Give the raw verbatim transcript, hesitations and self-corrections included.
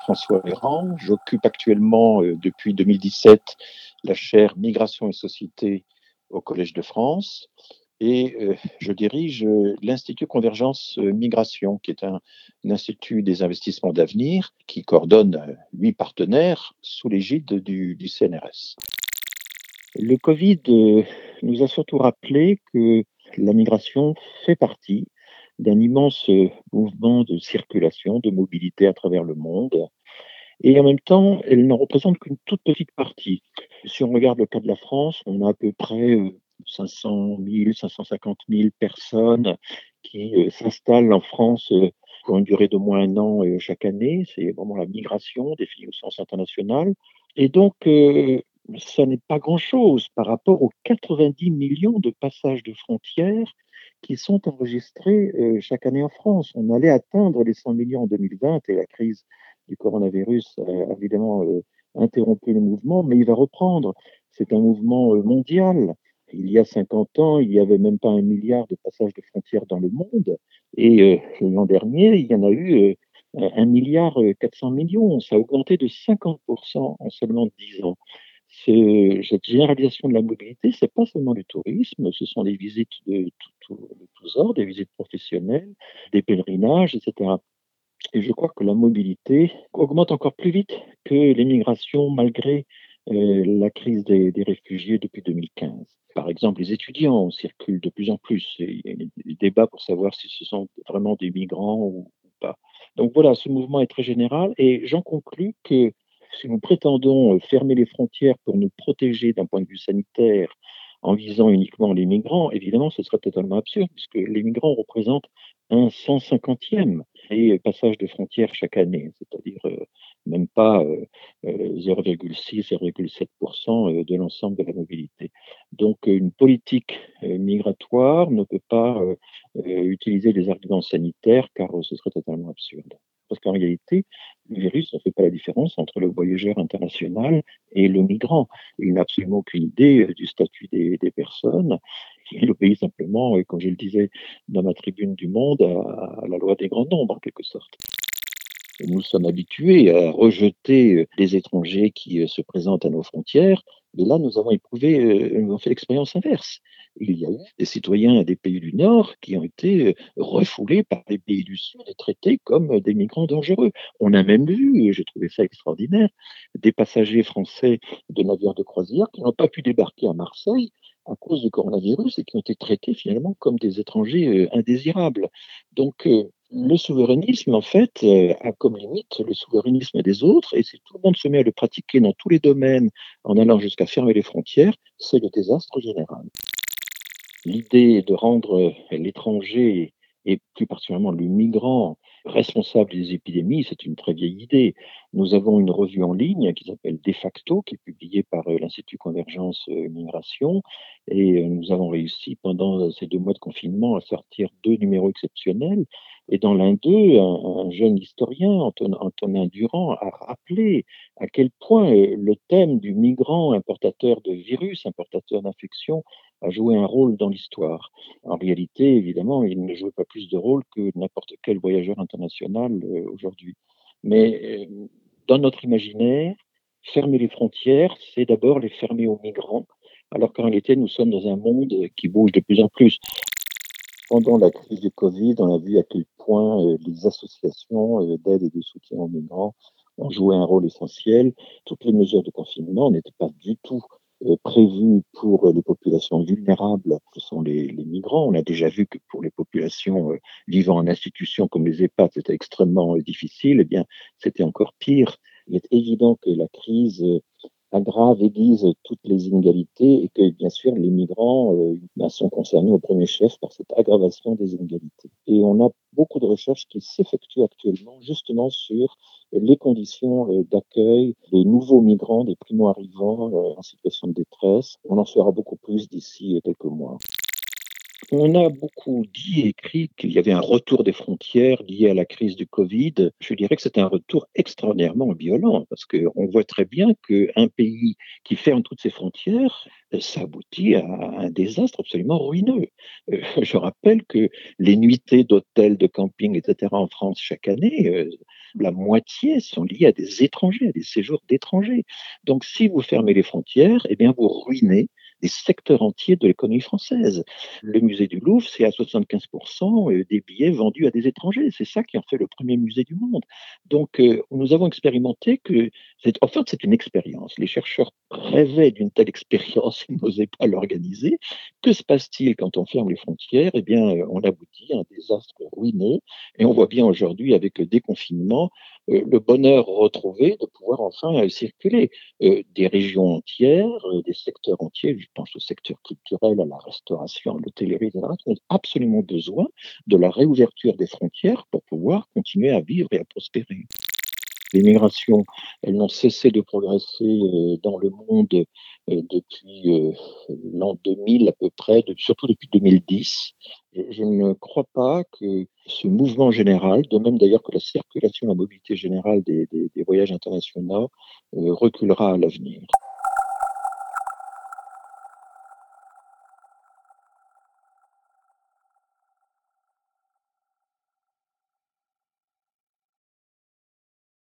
François Héran. J'occupe actuellement, euh, depuis deux mille dix-sept, la chaire Migration et Société au Collège de France. Et euh, je dirige euh, l'Institut Convergence euh, Migration, qui est un, un institut des investissements d'avenir qui coordonne euh, huit partenaires sous l'égide du, du C N R S. Le Covid euh, nous a surtout rappelé que la migration fait partie d'un immense euh, mouvement de circulation, de mobilité à travers le monde. Et en même temps, elle n'en représente qu'une toute petite partie. Si on regarde le cas de la France, on a à peu près euh, cinq cent mille, cinq cent cinquante mille personnes qui euh, s'installent en France euh, pour une durée d'au moins un an euh, chaque année. C'est vraiment la migration définie au sens international. Et donc, euh, ça n'est pas grand-chose par rapport aux quatre-vingt-dix millions de passages de frontières qui sont enregistrés euh, chaque année en France. On allait atteindre les cent millions en deux mille vingt et la crise du coronavirus a évidemment euh, interrompu le mouvement, mais il va reprendre. C'est un mouvement euh, mondial. Il y a cinquante ans, il n'y avait même pas un milliard de passages de frontières dans le monde. Et euh, l'an dernier, il y en a eu euh, un milliard euh, quatre cents millions. Ça a augmenté de cinquante pour cent en seulement dix ans. C'est- Cette généralisation de la mobilité, c'est pas seulement du tourisme, ce sont des visites de, tout, tout, de tous ordres, des visites professionnelles, des pèlerinages, et cetera. Et je crois que la mobilité augmente encore plus vite que l'immigration malgré euh, la crise des, des réfugiés depuis deux mille quinze. Par exemple, les étudiants circulent de plus en plus. Et il y a des débats pour savoir si ce sont vraiment des migrants ou, ou pas. Donc voilà, ce mouvement est très général et j'en conclus que si nous prétendons fermer les frontières pour nous protéger d'un point de vue sanitaire en visant uniquement les migrants, évidemment, ce serait totalement absurde puisque les migrants représentent un cent cinquantième et passage de frontières chaque année, c'est-à-dire euh, même pas euh, euh, zéro virgule six, zéro virgule sept pour cent de l'ensemble de la mobilité. Donc euh, une politique euh, migratoire ne peut pas euh, euh, utiliser des arguments sanitaires car euh, ce serait totalement absurde. Parce qu'en réalité, le virus ne fait pas la différence entre le voyageur international et le migrant. Il n'a absolument aucune idée euh, du statut des, des personnes. Il obéit simplement, euh, comme je le disais dans ma tribune du Monde, à, à la loi des grands nombres, en quelque sorte. Nous sommes habitués à rejeter les étrangers qui se présentent à nos frontières, mais là, nous avons éprouvé, euh, nous avons fait l'expérience inverse. Il y a eu des citoyens des pays du Nord qui ont été refoulés par les pays du Sud et traités comme des migrants dangereux. On a même vu, et j'ai trouvé ça extraordinaire, des passagers français de navires de croisière qui n'ont pas pu débarquer à Marseille à cause du coronavirus et qui ont été traités finalement comme des étrangers euh, indésirables. Donc, euh, le souverainisme, en fait, euh, a comme limite le souverainisme des autres, et si tout le monde se met à le pratiquer dans tous les domaines en allant jusqu'à fermer les frontières, c'est le désastre général. L'idée de rendre l'étranger, et plus particulièrement le migrant, responsable des épidémies, c'est une très vieille idée. Nous avons une revue en ligne qui s'appelle De facto, qui est publiée par euh, l'Institut Convergence euh, Migration, et euh, nous avons réussi pendant ces deux mois de confinement à sortir deux numéros exceptionnels. Et dans l'un d'eux, un, un jeune historien, Anton- Antonin Durand, a rappelé à quel point euh, le thème du migrant importateur de virus, importateur d'infections, a joué un rôle dans l'histoire. En réalité, évidemment, il ne jouait pas plus de rôle que n'importe quel voyageur international euh, aujourd'hui. Mais euh, dans notre imaginaire, fermer les frontières, c'est d'abord les fermer aux migrants, alors qu'en réalité, nous sommes dans un monde qui bouge de plus en plus. Pendant la crise du Covid, on a vu à quel point euh, les associations euh, d'aide et de soutien aux migrants ont joué un rôle essentiel. Toutes les mesures de confinement n'étaient pas du tout euh, prévues pour euh, les populations vulnérables, ce sont les, les migrants. On a déjà vu que pour les populations euh, vivant en institutions comme les EHPAD, c'était extrêmement euh, difficile. Eh bien, c'était encore pire. Il est évident que la crise euh, aggrave, aiguise toutes les inégalités et que, bien sûr, les migrants euh, ben, sont concernés au premier chef par cette aggravation des inégalités. Et on a beaucoup de recherches qui s'effectuent actuellement justement sur les conditions euh, d'accueil des nouveaux migrants, des primo-arrivants euh, en situation de détresse. On en saura beaucoup plus d'ici euh, quelques mois. On a beaucoup dit et écrit qu'il y avait un retour des frontières lié à la crise du Covid. Je dirais que c'est un retour extraordinairement violent parce qu'on voit très bien qu'un pays qui ferme toutes ses frontières, euh, ça aboutit à un désastre absolument ruineux. Euh, Je rappelle que les nuitées d'hôtels, de camping, et cetera en France chaque année, euh, la moitié sont liées à des étrangers, à des séjours d'étrangers. Donc si vous fermez les frontières, eh bien vous ruinez des secteurs entiers de l'économie française. Le musée du Louvre, c'est à soixante-quinze pour cent euh, des billets vendus à des étrangers. C'est ça qui en fait le premier musée du monde. Donc, euh, nous avons expérimenté que, c'est, en fait, c'est une expérience. Les chercheurs rêvaient d'une telle expérience, ils n'osaient pas l'organiser. Que se passe-t-il quand on ferme les frontières? Eh bien, euh, on aboutit à un désastre ruineux. Et on voit bien aujourd'hui, avec le déconfinement, euh, le bonheur retrouvé de pouvoir enfin euh, circuler. Euh, des régions entières, euh, des secteurs entiers, je pense au secteur culturel, à la restauration, à l'hôtellerie, et cetera, qui ont absolument besoin de la réouverture des frontières pour pouvoir continuer à vivre et à prospérer. Les migrations, elles n'ont cessé de progresser euh, dans le monde euh, depuis euh, l'an deux mille à peu près, de- surtout depuis deux mille dix. Je, je ne crois pas que ce mouvement général, de même d'ailleurs que la circulation, la mobilité générale des, des- des voyages internationaux, euh, reculera à l'avenir.